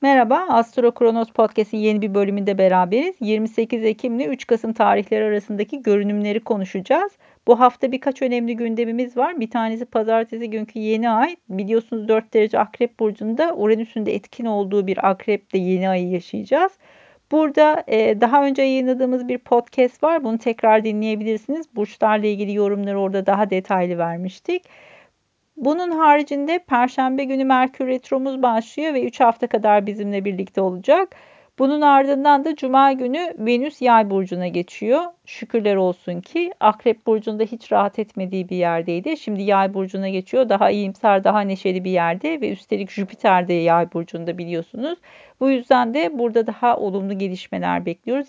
Merhaba, Astro Kronos Podcast'in yeni bir bölümünde beraberiz. 28 Ekim ile 3 Kasım tarihleri arasındaki görünümleri konuşacağız. Bu hafta birkaç önemli gündemimiz var. Bir tanesi pazartesi günkü yeni ay. Biliyorsunuz 4 derece Akrep Burcu'nda Uranüs'ün de etkin olduğu bir Akrep'te yeni ayı yaşayacağız. Burada daha önce yayınladığımız bir podcast var. Bunu tekrar dinleyebilirsiniz. Burçlarla ilgili yorumları orada daha detaylı vermiştik. Bunun haricinde Perşembe günü Merkür Retromuz başlıyor ve 3 hafta kadar bizimle birlikte olacak. Bunun ardından da Cuma günü Venüs Yay burcuna geçiyor. Şükürler olsun ki Akrep burcunda hiç rahat etmediği bir yerdeydi. Şimdi Yay burcuna geçiyor. Daha iyimser, daha neşeli bir yerde ve üstelik Jüpiter de Yay burcunda biliyorsunuz. Bu yüzden de burada daha olumlu gelişmeler bekliyoruz.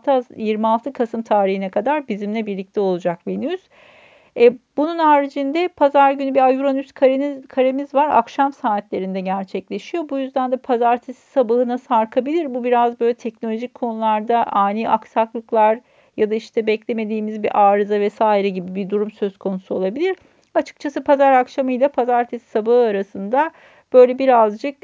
26 Kasım tarihine kadar bizimle birlikte olacak Venüs. Bunun haricinde pazar günü bir Ay-Uranüs karemiz var. Akşam saatlerinde gerçekleşiyor. Bu yüzden de pazartesi sabahına sarkabilir. Bu biraz böyle teknolojik konularda ani aksaklıklar ya da işte beklemediğimiz bir arıza vesaire gibi bir durum söz konusu olabilir. Açıkçası pazar akşamı ile pazartesi sabahı arasında böyle birazcık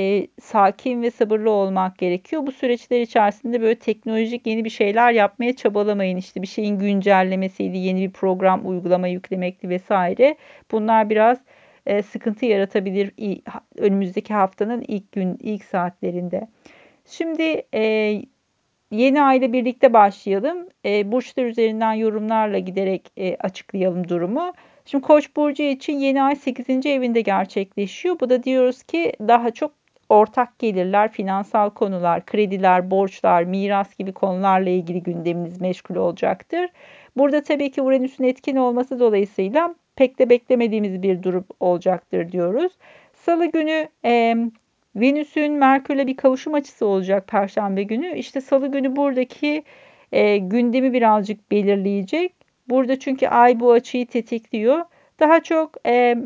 sakin ve sabırlı olmak gerekiyor. Bu süreçler içerisinde böyle teknolojik yeni bir şeyler yapmaya çabalamayın. İşte bir şeyin güncellemesiydi, yeni bir program, uygulama yüklemekti vesaire. Bunlar biraz sıkıntı yaratabilir önümüzdeki haftanın ilk saatlerinde. Şimdi yeni ay ile birlikte başlayalım. Burçlar üzerinden yorumlarla giderek açıklayalım durumu. Şimdi Koç burcu için yeni ay 8. evinde gerçekleşiyor. Bu da diyoruz ki daha çok ortak gelirler, finansal konular, krediler, borçlar, miras gibi konularla ilgili gündeminiz meşgul olacaktır. Burada tabii ki Uranüs'ün etkin olması dolayısıyla pek de beklemediğimiz bir durum olacaktır diyoruz. Salı günü Venüs'ün Merkür'le bir kavuşum açısı olacak Perşembe günü. İşte Salı günü buradaki gündemi birazcık belirleyecek. Burada çünkü Ay bu açıyı tetikliyor. Daha çok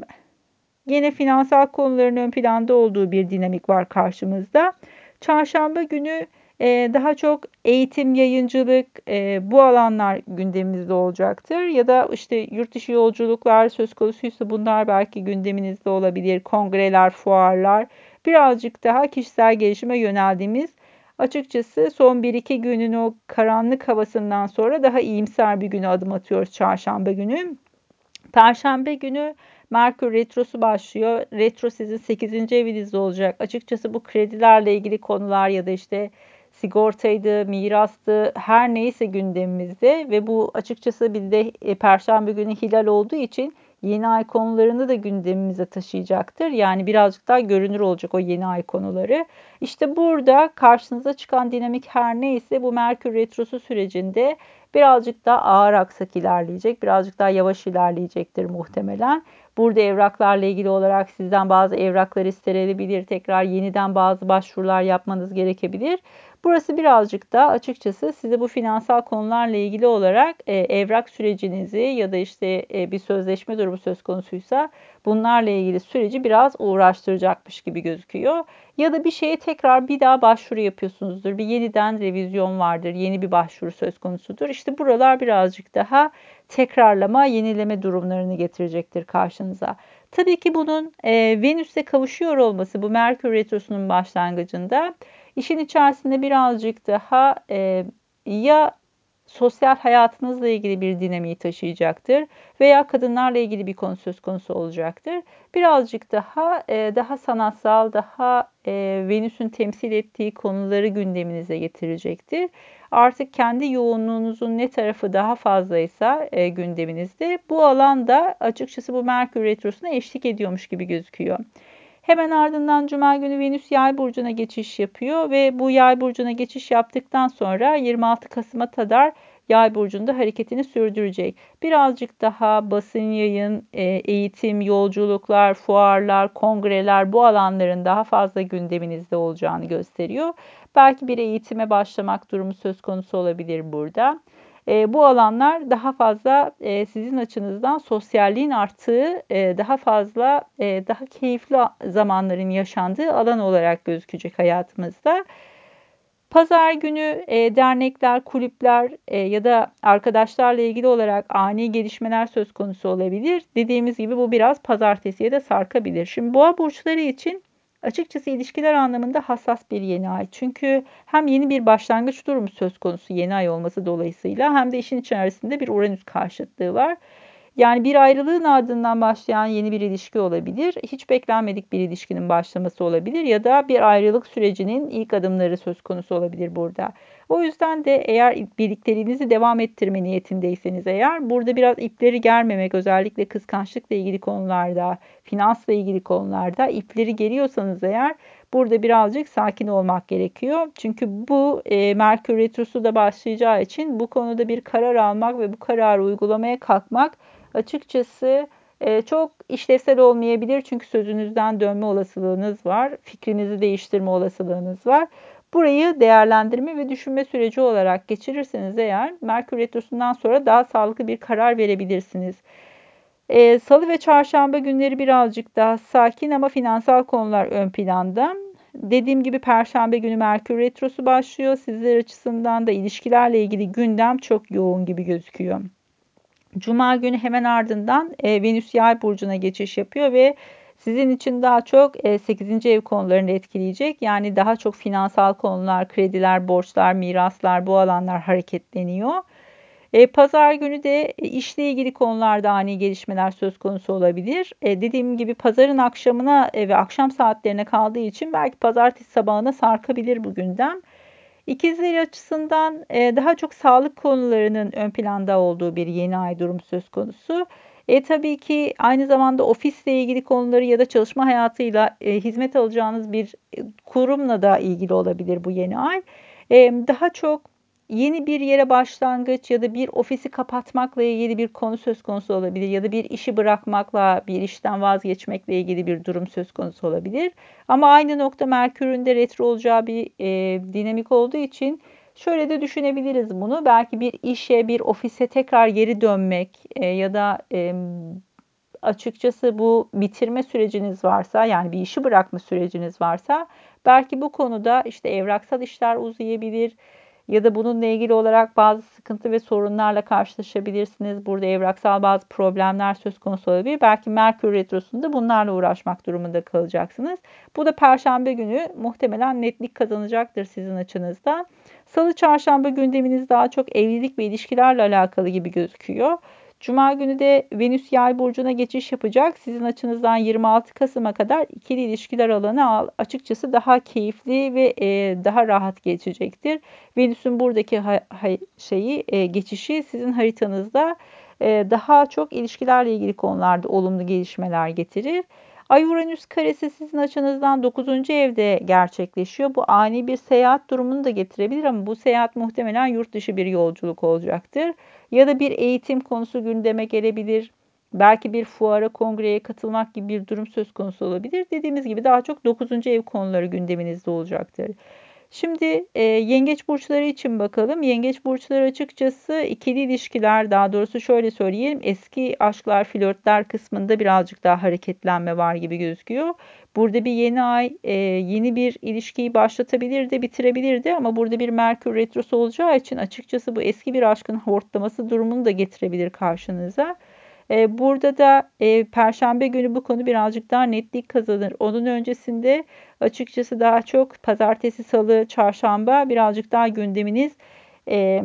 yine finansal konuların ön planda olduğu bir dinamik var karşımızda. Çarşamba günü daha çok eğitim, yayıncılık bu alanlar gündemimizde olacaktır. Ya da işte yurt dışı yolculuklar söz konusuysa bunlar belki gündeminizde olabilir. Kongreler, fuarlar. Birazcık daha kişisel gelişime yöneldiğimiz açıkçası son 1-2 günün o karanlık havasından sonra daha iyimser bir güne adım atıyoruz çarşamba günü. Perşembe günü Merkür Retrosu başlıyor. Retro sizin 8. evinizde olacak. Açıkçası bu kredilerle ilgili konular ya da işte sigortaydı, mirastı, her neyse gündemimizde ve bu açıkçası bir de Perşembe günü hilal olduğu için yeni ay konularını da gündemimize taşıyacaktır. Yani birazcık daha görünür olacak o yeni ay konuları. İşte burada karşınıza çıkan dinamik her neyse bu Merkür Retrosu sürecinde birazcık daha ağır aksak ilerleyecek, birazcık daha yavaş ilerleyecektir muhtemelen. Burada evraklarla ilgili olarak sizden bazı evraklar istenebilir, tekrar yeniden bazı başvurular yapmanız gerekebilir. Burası birazcık da açıkçası size bu finansal konularla ilgili olarak evrak sürecinizi ya da işte bir sözleşme durumu söz konusuysa bunlarla ilgili süreci biraz uğraştıracakmış gibi gözüküyor. Ya da bir şeye tekrar bir daha başvuru yapıyorsunuzdur. Bir yeniden revizyon vardır. Yeni bir başvuru söz konusudur. İşte buralar birazcık daha tekrarlama, yenileme durumlarını getirecektir karşınıza. Tabii ki bunun Venüs'e kavuşuyor olması bu Merkür Retrosu'nun başlangıcında işin içerisinde birazcık daha ya sosyal hayatınızla ilgili bir dinamiği taşıyacaktır veya kadınlarla ilgili bir konu söz konusu olacaktır. Birazcık daha sanatsal, daha Venüs'ün temsil ettiği konuları gündeminize getirecektir. Artık kendi yoğunluğunuzun ne tarafı daha fazlaysa gündeminizde bu alanda açıkçası bu Merkür Retrosu'na eşlik ediyormuş gibi gözüküyor. Hemen ardından Cuma günü Venüs Yay burcuna geçiş yapıyor ve bu Yay burcuna geçiş yaptıktan sonra 26 Kasım'a kadar Yay burcunda hareketini sürdürecek. Birazcık daha basın yayın, eğitim, yolculuklar, fuarlar, kongreler bu alanların daha fazla gündeminizde olacağını gösteriyor. Belki bir eğitime başlamak durumu söz konusu olabilir burada. Bu alanlar daha fazla sizin açınızdan sosyalliğin arttığı, daha fazla, daha keyifli zamanların yaşandığı alan olarak gözükecek hayatımızda. Pazar günü dernekler, kulüpler ya da arkadaşlarla ilgili olarak ani gelişmeler söz konusu olabilir. Dediğimiz gibi bu biraz pazartesiye de sarkabilir. Şimdi boğa burçları için Açıkçası ilişkiler anlamında hassas bir yeni ay. Çünkü hem yeni bir başlangıç durumu söz konusu yeni ay olması dolayısıyla hem de işin içerisinde bir Uranüs karşıtlığı var. Yani bir ayrılığın ardından başlayan yeni bir ilişki olabilir. Hiç beklenmedik bir ilişkinin başlaması olabilir ya da bir ayrılık sürecinin ilk adımları söz konusu olabilir burada. O yüzden de eğer birlikteliğinizi devam ettirme niyetindeyseniz eğer burada biraz ipleri germemek, özellikle kıskançlıkla ilgili konularda, finansla ilgili konularda ipleri geriyorsanız eğer burada birazcık sakin olmak gerekiyor. Çünkü bu Merkür Retrosu da başlayacağı için bu konuda bir karar almak ve bu kararı uygulamaya kalkmak açıkçası çok işlevsel olmayabilir. Çünkü sözünüzden dönme olasılığınız var. Fikrinizi değiştirme olasılığınız var. Burayı değerlendirme ve düşünme süreci olarak geçirirseniz eğer Merkür Retrosu'ndan sonra daha sağlıklı bir karar verebilirsiniz. Salı ve çarşamba günleri birazcık daha sakin ama finansal konular ön planda. Dediğim gibi perşembe günü Merkür Retrosu başlıyor. Sizler açısından da ilişkilerle ilgili gündem çok yoğun gibi gözüküyor. Cuma günü hemen ardından Venüs Yay burcuna geçiş yapıyor ve sizin için daha çok 8. ev konularını etkileyecek. Yani daha çok finansal konular, krediler, borçlar, miraslar bu alanlar hareketleniyor. Pazar günü de işle ilgili konularda ani gelişmeler söz konusu olabilir. Dediğim gibi pazarın akşamına ve akşam saatlerine kaldığı için belki pazartesi sabahına sarkabilir bu gündem. İkizler açısından daha çok sağlık konularının ön planda olduğu bir yeni ay durum söz konusu. Tabii ki aynı zamanda ofisle ilgili konuları ya da çalışma hayatıyla hizmet alacağınız bir kurumla da ilgili olabilir bu yeni ay. Daha çok yeni bir yere başlangıç ya da bir ofisi kapatmakla ilgili bir konu söz konusu olabilir ya da bir işi bırakmakla, bir işten vazgeçmekle ilgili bir durum söz konusu olabilir. Ama aynı nokta Merkür'ün de retro olacağı bir dinamik olduğu için şöyle de düşünebiliriz bunu. Belki bir işe, bir ofise tekrar geri dönmek ya da açıkçası bu bitirme süreciniz varsa yani bir işi bırakma süreciniz varsa belki bu konuda işte evraksal işler uzayabilir ya da bununla ilgili olarak bazı sıkıntı ve sorunlarla karşılaşabilirsiniz. Burada evraksal bazı problemler söz konusu olabilir. Belki Merkür Retrosu'nda bunlarla uğraşmak durumunda kalacaksınız. Bu da Perşembe günü muhtemelen netlik kazanacaktır sizin açınızda. Salı, Çarşamba gündeminiz daha çok evlilik ve ilişkilerle alakalı gibi gözüküyor. Cuma günü de Venüs Yay burcuna geçiş yapacak. Sizin açınızdan 26 Kasım'a kadar ikili ilişkiler alanı açıkçası daha keyifli ve daha rahat geçecektir. Venüs'ün buradaki geçişi sizin haritanızda daha çok ilişkilerle ilgili konularda olumlu gelişmeler getirir. Ay-Uranüs karesi sizin açınızdan 9. evde gerçekleşiyor. Bu ani bir seyahat durumunu da getirebilir ama bu seyahat muhtemelen yurt dışı bir yolculuk olacaktır. Ya da bir eğitim konusu gündeme gelebilir. Belki bir fuara, kongreye katılmak gibi bir durum söz konusu olabilir. Dediğimiz gibi daha çok 9. ev konuları gündeminizde olacaktır. Şimdi yengeç burçları için bakalım. Yengeç burçları açıkçası ikili ilişkiler, daha doğrusu şöyle söyleyelim, eski aşklar, flörtler kısmında birazcık daha hareketlenme var gibi gözüküyor. Burada bir yeni ay yeni bir ilişkiyi başlatabilir de bitirebilir de ama burada bir Merkür Retrosu olacağı için açıkçası bu eski bir aşkın hortlaması durumunu da getirebilir karşınıza. Burada da Perşembe günü bu konu birazcık daha netlik kazanır. Onun öncesinde açıkçası daha çok Pazartesi, Salı, Çarşamba birazcık daha gündeminiz e,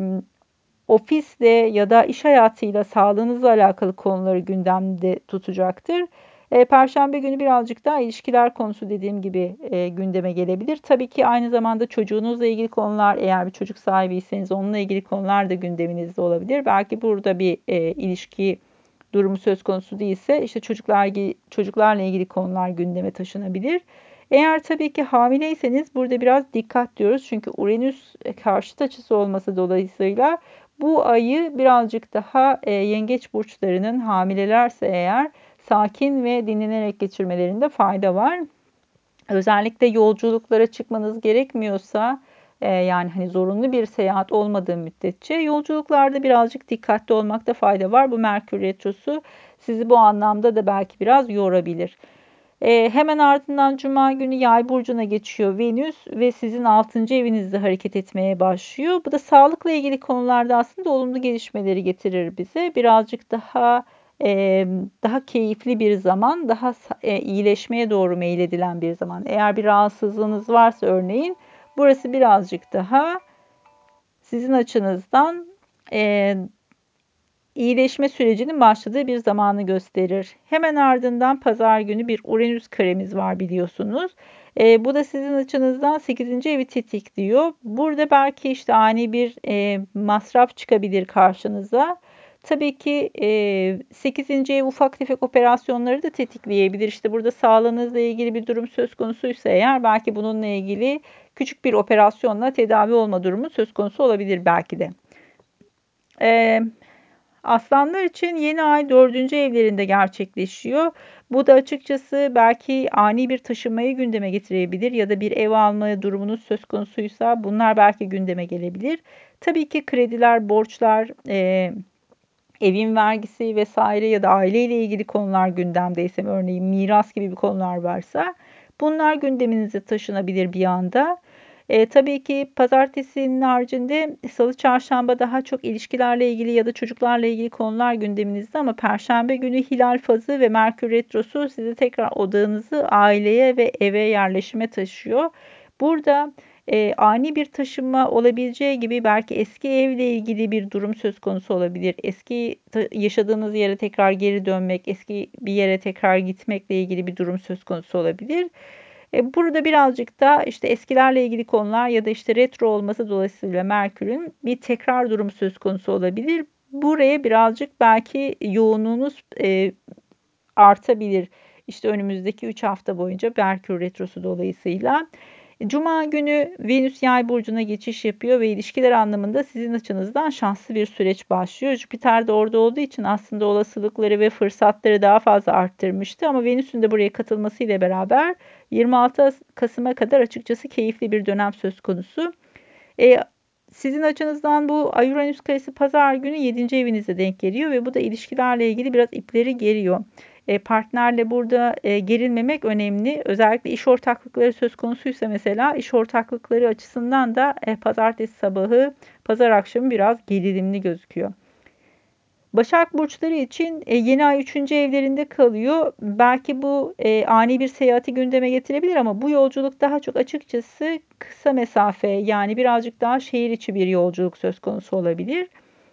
ofisle ya da iş hayatıyla, sağlığınızla alakalı konuları gündemde tutacaktır. Perşembe günü birazcık daha ilişkiler konusu dediğim gibi gündeme gelebilir. Tabii ki aynı zamanda çocuğunuzla ilgili konular, eğer bir çocuk sahibiyseniz onunla ilgili konular da gündeminizde olabilir. Belki burada bir ilişki durumu söz konusu değilse işte çocuklarla ilgili konular gündeme taşınabilir. Eğer tabii ki hamileyseniz burada biraz dikkat diyoruz. Çünkü Uranüs karşıt açısı olması dolayısıyla bu ayı birazcık daha yengeç burçlarının hamilelerse eğer sakin ve dinlenerek geçirmelerinde fayda var. Özellikle yolculuklara çıkmanız gerekmiyorsa yani hani zorunlu bir seyahat olmadığı müddetçe yolculuklarda birazcık dikkatli olmakta fayda var. Bu Merkür Retrosu sizi bu anlamda da belki biraz yorabilir. Hemen ardından Cuma günü Yay burcuna geçiyor Venüs ve sizin 6. evinizde hareket etmeye başlıyor. Bu da sağlıkla ilgili konularda aslında olumlu gelişmeleri getirir bize. Birazcık daha daha keyifli bir zaman, daha iyileşmeye doğru meyledilen bir zaman. Eğer bir rahatsızlığınız varsa örneğin, burası birazcık daha sizin açınızdan iyileşme sürecinin başladığı bir zamanı gösterir. Hemen ardından pazar günü bir Uranüs karemiz var biliyorsunuz. Bu da sizin açınızdan 8. evi tetikliyor. Burada belki işte ani bir masraf çıkabilir karşınıza. Tabii ki 8. ev ufak tefek operasyonları da tetikleyebilir. İşte burada sağlığınızla ilgili bir durum söz konusuysa eğer belki bununla ilgili küçük bir operasyonla tedavi olma durumu söz konusu olabilir belki de. Aslanlar için yeni ay 4. evlerinde gerçekleşiyor. Bu da açıkçası belki ani bir taşınmayı gündeme getirebilir ya da bir ev alma durumunuz söz konusuysa bunlar belki gündeme gelebilir. Tabii ki krediler, borçlar, evin vergisi vesaire ya da aileyle ilgili konular gündemdeyse, örneğin miras gibi bir konular varsa bunlar gündeminize taşınabilir bir anda. Tabii ki pazartesinin haricinde salı, çarşamba daha çok ilişkilerle ilgili ya da çocuklarla ilgili konular gündeminizde ama perşembe günü hilal fazı ve Merkür retrosu sizi tekrar odağınızı aileye ve eve yerleşime taşıyor. Burada ani bir taşınma olabileceği gibi belki eski evle ilgili bir durum söz konusu olabilir. Eski yaşadığınız yere tekrar geri dönmek, eski bir yere tekrar gitmekle ilgili bir durum söz konusu olabilir. Burada birazcık da işte eskilerle ilgili konular ya da işte retro olması dolayısıyla Merkür'ün bir tekrar durumu söz konusu olabilir. Buraya birazcık belki yoğunluğunuz artabilir. İşte önümüzdeki 3 hafta boyunca Merkür retrosu dolayısıyla. Cuma günü Venüs Yay burcuna geçiş yapıyor ve ilişkiler anlamında sizin açınızdan şanslı bir süreç başlıyor. Jüpiter de orada olduğu için aslında olasılıkları ve fırsatları daha fazla arttırmıştı ama Venüs'ün de buraya katılmasıyla beraber 26 Kasım'a kadar açıkçası keyifli bir dönem söz konusu. E, Sizin açınızdan bu Ay-Uranüs karesi pazar günü 7. evinize denk geliyor ve bu da ilişkilerle ilgili biraz ipleri geriyor. Partnerle burada gerilmemek önemli. Özellikle iş ortaklıkları söz konusuysa mesela iş ortaklıkları açısından da pazartesi sabahı, pazar akşamı biraz gerilimli gözüküyor. Başak burçları için yeni ay 3. evlerinde kalıyor. Belki bu ani bir seyahati gündeme getirebilir ama bu yolculuk daha çok açıkçası kısa mesafe, yani birazcık daha şehir içi bir yolculuk söz konusu olabilir.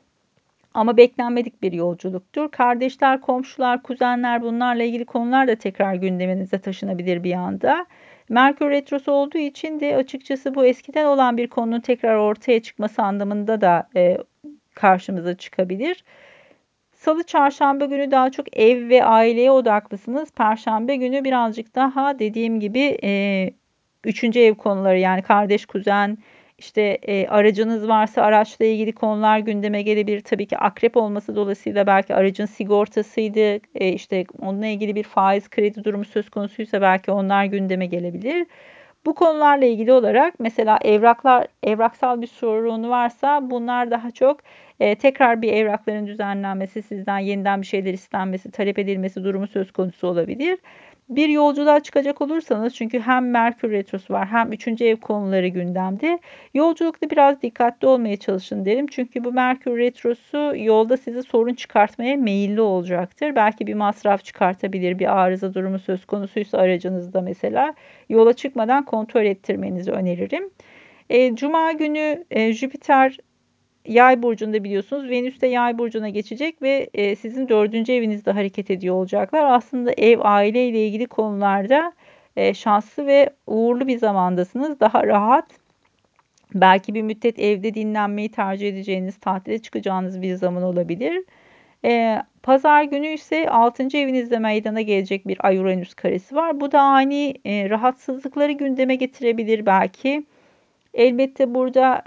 Ama beklenmedik bir yolculuktur. Kardeşler, komşular, kuzenler, bunlarla ilgili konular da tekrar gündeminize taşınabilir bir anda. Merkür retrosu olduğu için de açıkçası bu eskiden olan bir konunun tekrar ortaya çıkması anlamında da karşımıza çıkabilir. Salı, çarşamba günü daha çok ev ve aileye odaklısınız. Perşembe günü birazcık daha dediğim gibi üçüncü ev konuları, yani kardeş, kuzen, işte aracınız varsa araçla ilgili konular gündeme gelebilir. Tabii ki akrep olması dolayısıyla belki aracın sigortasıydı, işte onunla ilgili bir faiz kredi durumu söz konusuysa belki onlar gündeme gelebilir. Bu konularla ilgili olarak mesela evraksal bir sorunu varsa bunlar daha çok tekrar bir evrakların düzenlenmesi, sizden yeniden bir şeyler istenmesi, talep edilmesi durumu söz konusu olabilir. Bir yolculuğa çıkacak olursanız, çünkü hem Merkür retrosu var hem 3. ev konuları gündemde. Yolculukta biraz dikkatli olmaya çalışın derim. Çünkü bu Merkür retrosu yolda size sorun çıkartmaya meyilli olacaktır. Belki bir masraf çıkartabilir, bir arıza durumu söz konusuysa aracınızda mesela. Yola çıkmadan kontrol ettirmenizi öneririm. Cuma günü Jüpiter Yay burcunda biliyorsunuz. Venüs de Yay burcuna geçecek ve sizin 4. evinizde hareket ediyor olacaklar. Aslında ev, aile ile ilgili konularda şanslı ve uğurlu bir zamandasınız. Daha rahat, belki bir müddet evde dinlenmeyi tercih edeceğiniz, tatile çıkacağınız bir zaman olabilir. Pazar günü ise 6. evinizde meydana gelecek bir Ay-Uranüs karesi var. Bu da ani rahatsızlıkları gündeme getirebilir belki. Elbette burada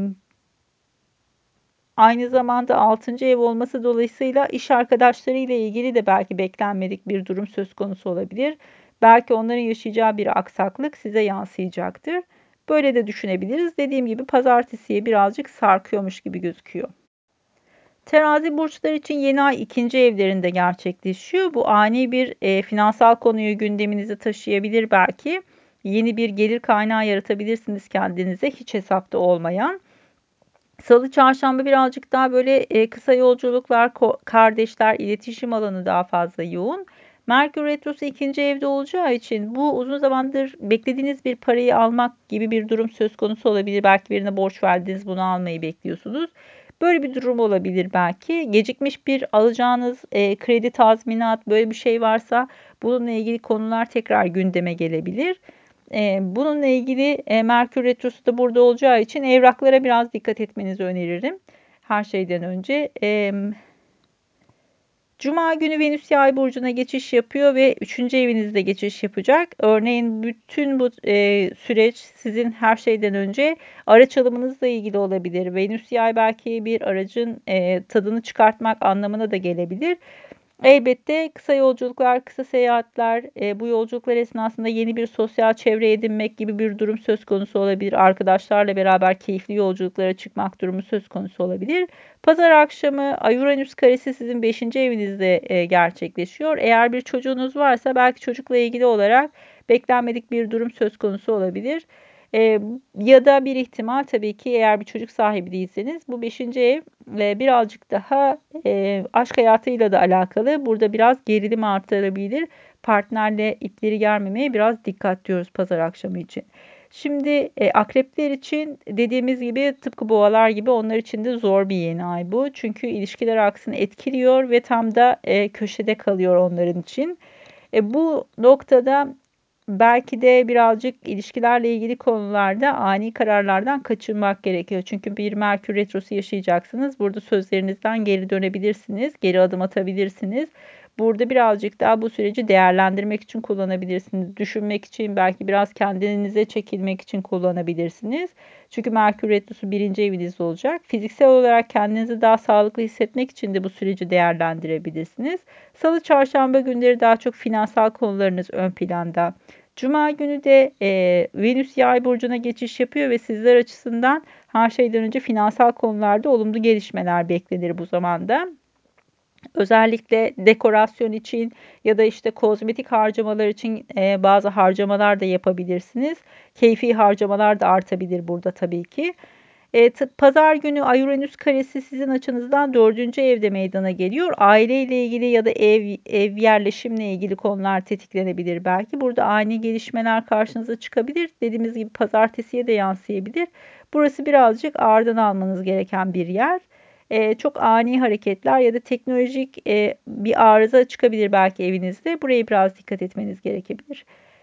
aynı zamanda 6. ev olması dolayısıyla iş arkadaşları ile ilgili de belki beklenmedik bir durum söz konusu olabilir. Belki onların yaşayacağı bir aksaklık size yansıyacaktır. Böyle de düşünebiliriz. Dediğim gibi pazartesiye birazcık sarkıyormuş gibi gözüküyor. Terazi burçları için yeni ay 2. evlerinde gerçekleşiyor. Bu ani bir finansal konuyu gündeminize taşıyabilir belki. Yeni bir gelir kaynağı yaratabilirsiniz kendinize, hiç hesapta olmayan. Salı, çarşamba birazcık daha böyle kısa yolculuklar, kardeşler, iletişim alanı daha fazla yoğun. Merkür Retrosu ikinci evde olacağı için bu uzun zamandır beklediğiniz bir parayı almak gibi bir durum söz konusu olabilir. Belki birine borç verdiniz, bunu almayı bekliyorsunuz. Böyle bir durum olabilir belki. Gecikmiş bir alacağınız kredi tazminat, böyle bir şey varsa bununla ilgili konular tekrar gündeme gelebilir. Bununla ilgili Merkür Retrosu da burada olacağı için evraklara biraz dikkat etmenizi öneririm her şeyden önce. Cuma günü Venüs Yay burcuna geçiş yapıyor ve 3. evinizde geçiş yapacak. Örneğin bütün bu süreç sizin her şeyden önce araç alımınızla ilgili olabilir. Venüs Yay belki bir aracın tadını çıkartmak anlamına da gelebilir. Elbette kısa yolculuklar, kısa seyahatler, bu yolculuklar esnasında yeni bir sosyal çevre edinmek gibi bir durum söz konusu olabilir. Arkadaşlarla beraber keyifli yolculuklara çıkmak durumu söz konusu olabilir. Pazar akşamı Ay-Uranüs karesi sizin 5. evinizde gerçekleşiyor. Eğer bir çocuğunuz varsa belki çocukla ilgili olarak beklenmedik bir durum söz konusu olabilir. Ya da bir ihtimal tabii ki eğer bir çocuk sahibi değilseniz bu 5. ev birazcık daha aşk hayatıyla da alakalı. Burada biraz gerilim artırabilir. Partnerle ipleri germemeye biraz dikkat diyoruz pazar akşamı için. Şimdi akrepler için dediğimiz gibi tıpkı boğalar gibi onlar için de zor bir yeni ay bu. Çünkü ilişkiler aksını etkiliyor ve tam da köşede kalıyor onların için. Bu noktada belki de birazcık ilişkilerle ilgili konularda ani kararlardan kaçınmak gerekiyor. Çünkü bir Merkür Retrosu yaşayacaksınız. Burada sözlerinizden geri dönebilirsiniz, geri adım atabilirsiniz. Burada birazcık daha bu süreci değerlendirmek için kullanabilirsiniz. Düşünmek için, belki biraz kendinize çekilmek için kullanabilirsiniz. Çünkü Merkür Retrosu 1. evinizde olacak. Fiziksel olarak kendinizi daha sağlıklı hissetmek için de bu süreci değerlendirebilirsiniz. Salı, çarşamba günleri daha çok finansal konularınız ön planda. Cuma günü de Venüs Yay burcuna geçiş yapıyor ve sizler açısından her şeyden önce finansal konularda olumlu gelişmeler beklenir bu zamanda. Özellikle dekorasyon için ya da işte kozmetik harcamalar için bazı harcamalar da yapabilirsiniz. Keyfi harcamalar da artabilir burada tabii ki. Pazar günü Ay-Uranüs karesi sizin açınızdan 4. evde meydana geliyor. Aileyle ilgili ya da ev yerleşimle ilgili konular tetiklenebilir belki. Burada ani gelişmeler karşınıza çıkabilir. Dediğimiz gibi pazartesiye de yansıyabilir. Burası birazcık ağırdan almanız gereken bir yer. Çok ani hareketler ya da teknolojik bir arıza çıkabilir belki evinizde. Buraya biraz dikkat etmeniz gerekebilir.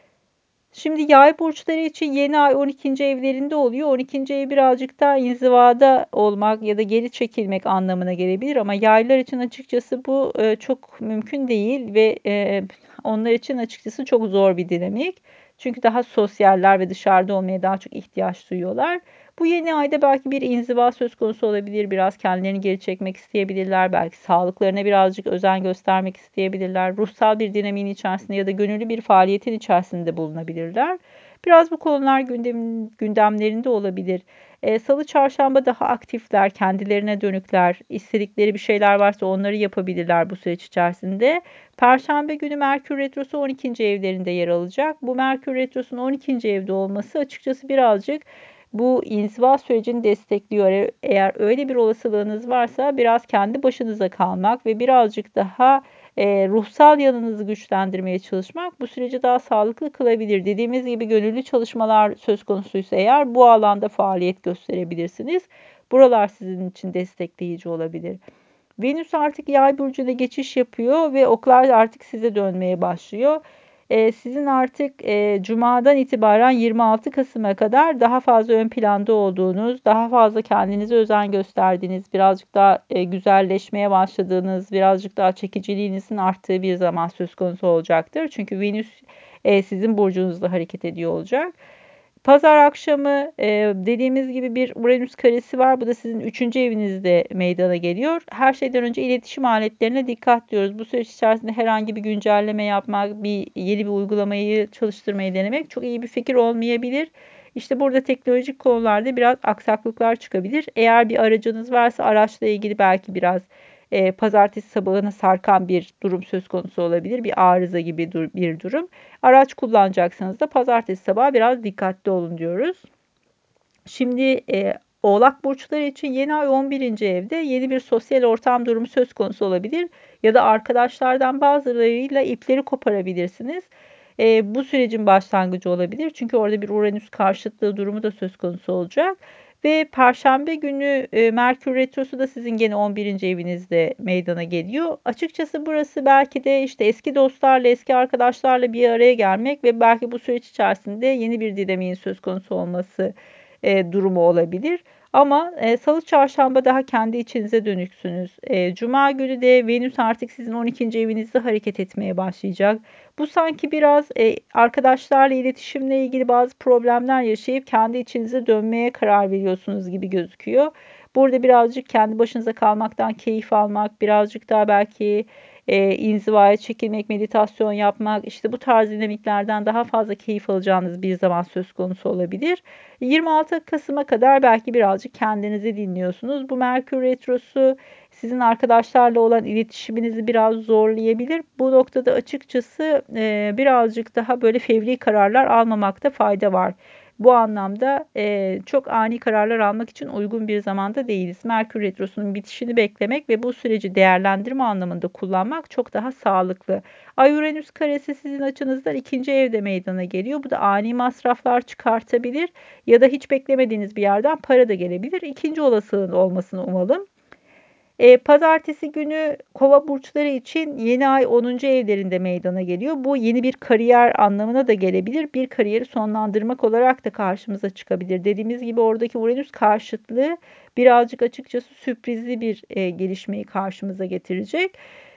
Şimdi yay burçları için yeni ay 12. evlerinde oluyor. 12. ev birazcık daha inzivada olmak ya da geri çekilmek anlamına gelebilir ama yaylar için açıkçası bu çok mümkün değil ve onlar için açıkçası çok zor bir dinamik. Çünkü daha sosyaller ve dışarıda olmaya daha çok ihtiyaç duyuyorlar. Bu yeni ayda belki bir inziva söz konusu olabilir. Biraz kendilerini geri çekmek isteyebilirler. Belki sağlıklarına birazcık özen göstermek isteyebilirler. Ruhsal bir dinamiğin içerisinde ya da gönüllü bir faaliyetin içerisinde bulunabilirler. Biraz bu konular gündemlerinde olabilir. Salı, çarşamba daha aktifler, kendilerine dönükler, istedikleri bir şeyler varsa onları yapabilirler bu süreç içerisinde. Perşembe günü Merkür Retrosu 12. evlerinde yer alacak. Bu Merkür Retrosu'nun 12. evde olması açıkçası birazcık bu inziva sürecini destekliyor. Eğer öyle bir olasılığınız varsa biraz kendi başınıza kalmak ve birazcık daha ruhsal yanınızı güçlendirmeye çalışmak bu süreci daha sağlıklı kılabilir. Dediğimiz gibi gönüllü çalışmalar söz konusuysa eğer bu alanda faaliyet gösterebilirsiniz. Buralar sizin için destekleyici olabilir. Venüs artık Yay burcuna geçiş yapıyor ve oklar artık size dönmeye başlıyor. Sizin artık Cuma'dan itibaren 26 Kasım'a kadar daha fazla ön planda olduğunuz, daha fazla kendinize özen gösterdiğiniz, birazcık daha güzelleşmeye başladığınız, birazcık daha çekiciliğinizin arttığı bir zaman söz konusu olacaktır. Çünkü Venüs sizin burcunuzda hareket ediyor olacak. Pazar akşamı dediğimiz gibi bir Uranüs karesi var. Bu da sizin 3. evinizde meydana geliyor. Her şeyden önce iletişim aletlerine dikkat diyoruz. Bu süreç içerisinde herhangi bir güncelleme yapmak, yeni bir uygulamayı çalıştırmayı denemek çok iyi bir fikir olmayabilir. İşte burada teknolojik konularda biraz aksaklıklar çıkabilir. Eğer bir aracınız varsa araçla ilgili belki biraz pazartesi sabahına sarkan bir durum söz konusu olabilir. Bir arıza gibi bir durum. Araç kullanacaksanız da pazartesi sabahı biraz dikkatli olun diyoruz. Şimdi Oğlak burçları için yeni ay 11. evde yeni bir sosyal ortam durumu söz konusu olabilir ya da arkadaşlardan bazılarıyla ipleri koparabilirsiniz. Bu sürecin başlangıcı olabilir. Çünkü orada bir Uranüs karşıtlığı durumu da söz konusu olacak. Ve Perşembe günü Merkür Retrosu da sizin gene 11. evinizde meydana geliyor. Açıkçası burası belki de işte eski dostlarla, eski arkadaşlarla bir araya gelmek ve belki bu süreç içerisinde yeni bir dinamiğin söz konusu olması durumu olabilir. Ama Salı, Çarşamba daha kendi içinize dönüksünüz. Cuma günü de Venüs artık sizin 12. evinizde hareket etmeye başlayacak. Bu sanki biraz arkadaşlarla iletişimle ilgili bazı problemler yaşayıp kendi içinize dönmeye karar veriyorsunuz gibi gözüküyor. Burada birazcık kendi başınıza kalmaktan keyif almak, birazcık daha belki inzivaya çekilmek, meditasyon yapmak, işte bu tarz dinamiklerden daha fazla keyif alacağınız bir zaman söz konusu olabilir. 26 Kasım'a kadar belki birazcık kendinizi dinliyorsunuz. Bu Merkür Retrosu sizin arkadaşlarla olan iletişiminizi biraz zorlayabilir. Bu noktada açıkçası birazcık daha böyle fevri kararlar almamakta fayda var. Bu anlamda çok ani kararlar almak için uygun bir zamanda değiliz. Merkür Retrosu'nun bitişini beklemek ve bu süreci değerlendirme anlamında kullanmak çok daha sağlıklı. Ay-Uranüs karesi sizin açınızdan 2. evde meydana geliyor. Bu da ani masraflar çıkartabilir ya da hiç beklemediğiniz bir yerden para da gelebilir. İkinci olasılığın olmasını umalım. Pazartesi günü Kova burçları için yeni ay 10. evlerinde meydana geliyor. Bu yeni bir kariyer anlamına da gelebilir. Bir kariyeri sonlandırmak olarak da karşımıza çıkabilir. Dediğimiz gibi oradaki Uranüs karşıtlığı birazcık açıkçası sürprizli bir gelişmeyi karşımıza getirecek.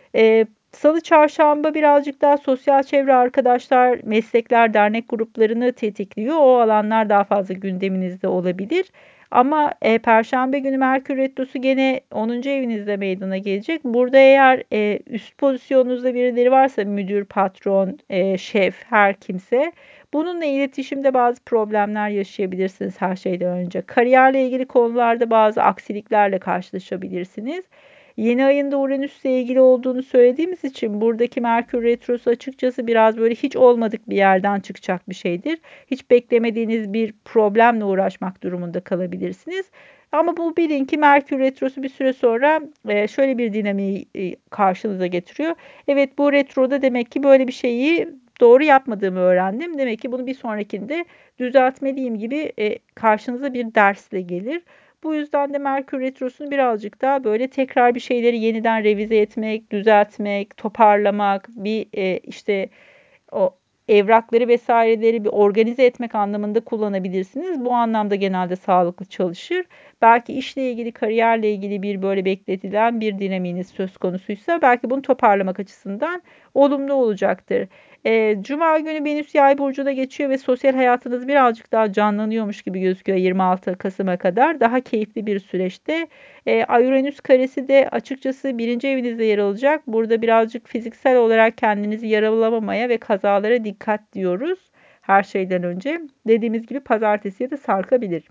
Salı, çarşamba birazcık daha sosyal çevre, arkadaşlar, meslekler, dernek gruplarını tetikliyor. O alanlar daha fazla gündeminizde olabilir. Ama Perşembe günü Merkür Retrosu gene 10. evinizde meydana gelecek. Burada eğer üst pozisyonunuzda birileri varsa müdür, patron, şef, her kimse bununla iletişimde bazı problemler yaşayabilirsiniz her şeyden önce. Kariyerle ilgili konularda bazı aksiliklerle karşılaşabilirsiniz. Yeni ayında Uranüs'le ilgili olduğunu söylediğimiz için buradaki Merkür Retrosu açıkçası biraz böyle hiç olmadık bir yerden çıkacak bir şeydir. Hiç beklemediğiniz bir problemle uğraşmak durumunda kalabilirsiniz. Ama bu bilin ki Merkür Retrosu bir süre sonra şöyle bir dinamiği karşınıza getiriyor. Evet, bu retroda demek ki böyle bir şeyi doğru yapmadığımı öğrendim. Demek ki bunu bir sonrakinde düzeltmeliyim gibi karşınıza bir dersle gelir. Bu yüzden de Merkür Retrosu'nu birazcık daha böyle tekrar bir şeyleri yeniden revize etmek, düzeltmek, toparlamak, bir işte o evrakları vesaireleri bir organize etmek anlamında kullanabilirsiniz. Bu anlamda genelde sağlıklı çalışır. Belki işle ilgili, kariyerle ilgili bir böyle bekletilen bir dinamiğiniz söz konusuysa belki bunu toparlamak açısından olumlu olacaktır. Cuma günü Venüs Yay burcuna geçiyor ve sosyal hayatınız birazcık daha canlanıyormuş gibi gözüküyor 26 Kasım'a kadar. Daha keyifli bir süreçte. Ay-Uranüs karesi de açıkçası 1. evinizde yer alacak. Burada birazcık fiziksel olarak kendinizi yaralamamaya ve kazalara dikkat diyoruz. Her şeyden önce dediğimiz gibi pazartesiye de sarkabilir.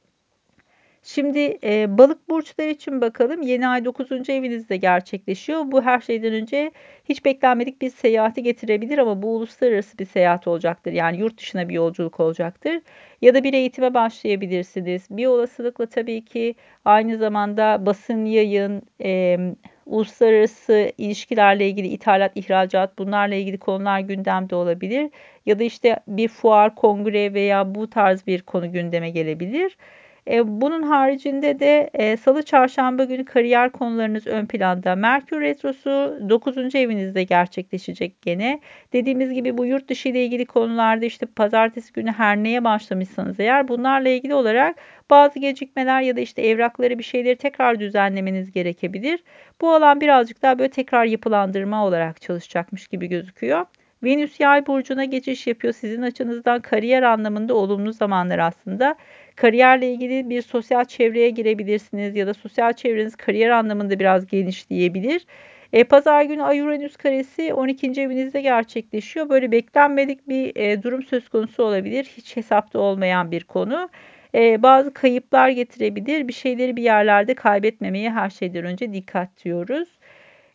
Şimdi balık burçları için bakalım. Yeni ay 9. evinizde gerçekleşiyor. Bu her şeyden önce hiç beklenmedik bir seyahati getirebilir ama bu uluslararası bir seyahat olacaktır. Yani yurt dışına bir yolculuk olacaktır. Ya da bir eğitime başlayabilirsiniz. Bir olasılıkla tabii ki aynı zamanda basın, yayın, uluslararası ilişkilerle ilgili ithalat, ihracat, bunlarla ilgili konular gündemde olabilir. Ya da işte bir fuar, kongre veya bu tarz bir konu gündeme gelebilir. Bunun haricinde de Salı, Çarşamba günü kariyer konularınız ön planda. Merkür Retrosu 9. evinizde gerçekleşecek gene. Dediğimiz gibi bu yurt dışı ile ilgili konularda işte pazartesi günü her neye başlamışsanız eğer bunlarla ilgili olarak bazı gecikmeler ya da işte evrakları bir şeyleri tekrar düzenlemeniz gerekebilir. Bu alan birazcık daha böyle tekrar yapılandırma olarak çalışacakmış gibi gözüküyor. Venüs Yay burcuna geçiş yapıyor. Sizin açınızdan kariyer anlamında olumlu zamanlar aslında. Kariyerle ilgili bir sosyal çevreye girebilirsiniz ya da sosyal çevreniz kariyer anlamında biraz genişleyebilir. Pazar günü Ay-Uranüs karesi 12. evinizde gerçekleşiyor. Böyle beklenmedik bir durum söz konusu olabilir. Hiç hesapta olmayan bir konu. Bazı kayıplar getirebilir. Bir şeyleri bir yerlerde kaybetmemeye her şeyden önce dikkat diyoruz.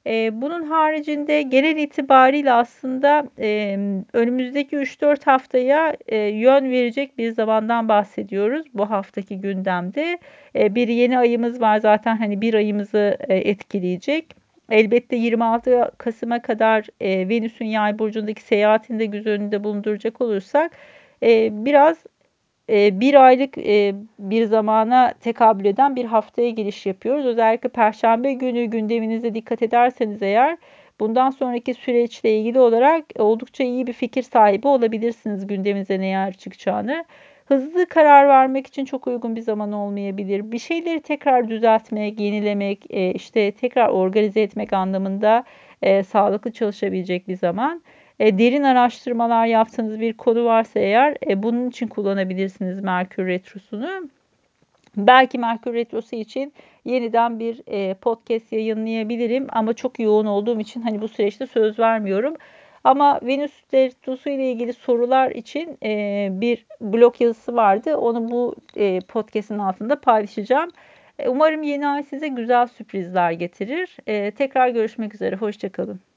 Bunun haricinde genel itibariyle aslında önümüzdeki 3-4 haftaya yön verecek bir zamandan bahsediyoruz bu haftaki gündemde. Bir yeni ayımız var zaten hani bir ayımızı etkileyecek. Elbette 26 Kasım'a kadar Venüs'ün Yay burcundaki seyahatini de göz önünde bulunduracak olursak biraz bir aylık bir zamana tekabül eden bir haftaya giriş yapıyoruz. Özellikle Perşembe günü gündeminize dikkat ederseniz eğer bundan sonraki süreçle ilgili olarak oldukça iyi bir fikir sahibi olabilirsiniz gündeminize neler çıkacağını. Hızlı karar vermek için çok uygun bir zaman olmayabilir. Bir şeyleri tekrar düzeltmek, yenilemek, işte tekrar organize etmek anlamında sağlıklı çalışabilecek bir zaman. Derin araştırmalar yaptığınız bir konu varsa eğer bunun için kullanabilirsiniz Merkür Retrosu'nu. Belki Merkür Retrosu için yeniden bir podcast yayınlayabilirim ama çok yoğun olduğum için hani bu süreçte söz vermiyorum. Ama Venüs Retrosu ile ilgili sorular için bir blog yazısı vardı. Onu bu podcast'in altında paylaşacağım. Umarım yeni ay size güzel sürprizler getirir. Tekrar görüşmek üzere. Hoşça kalın.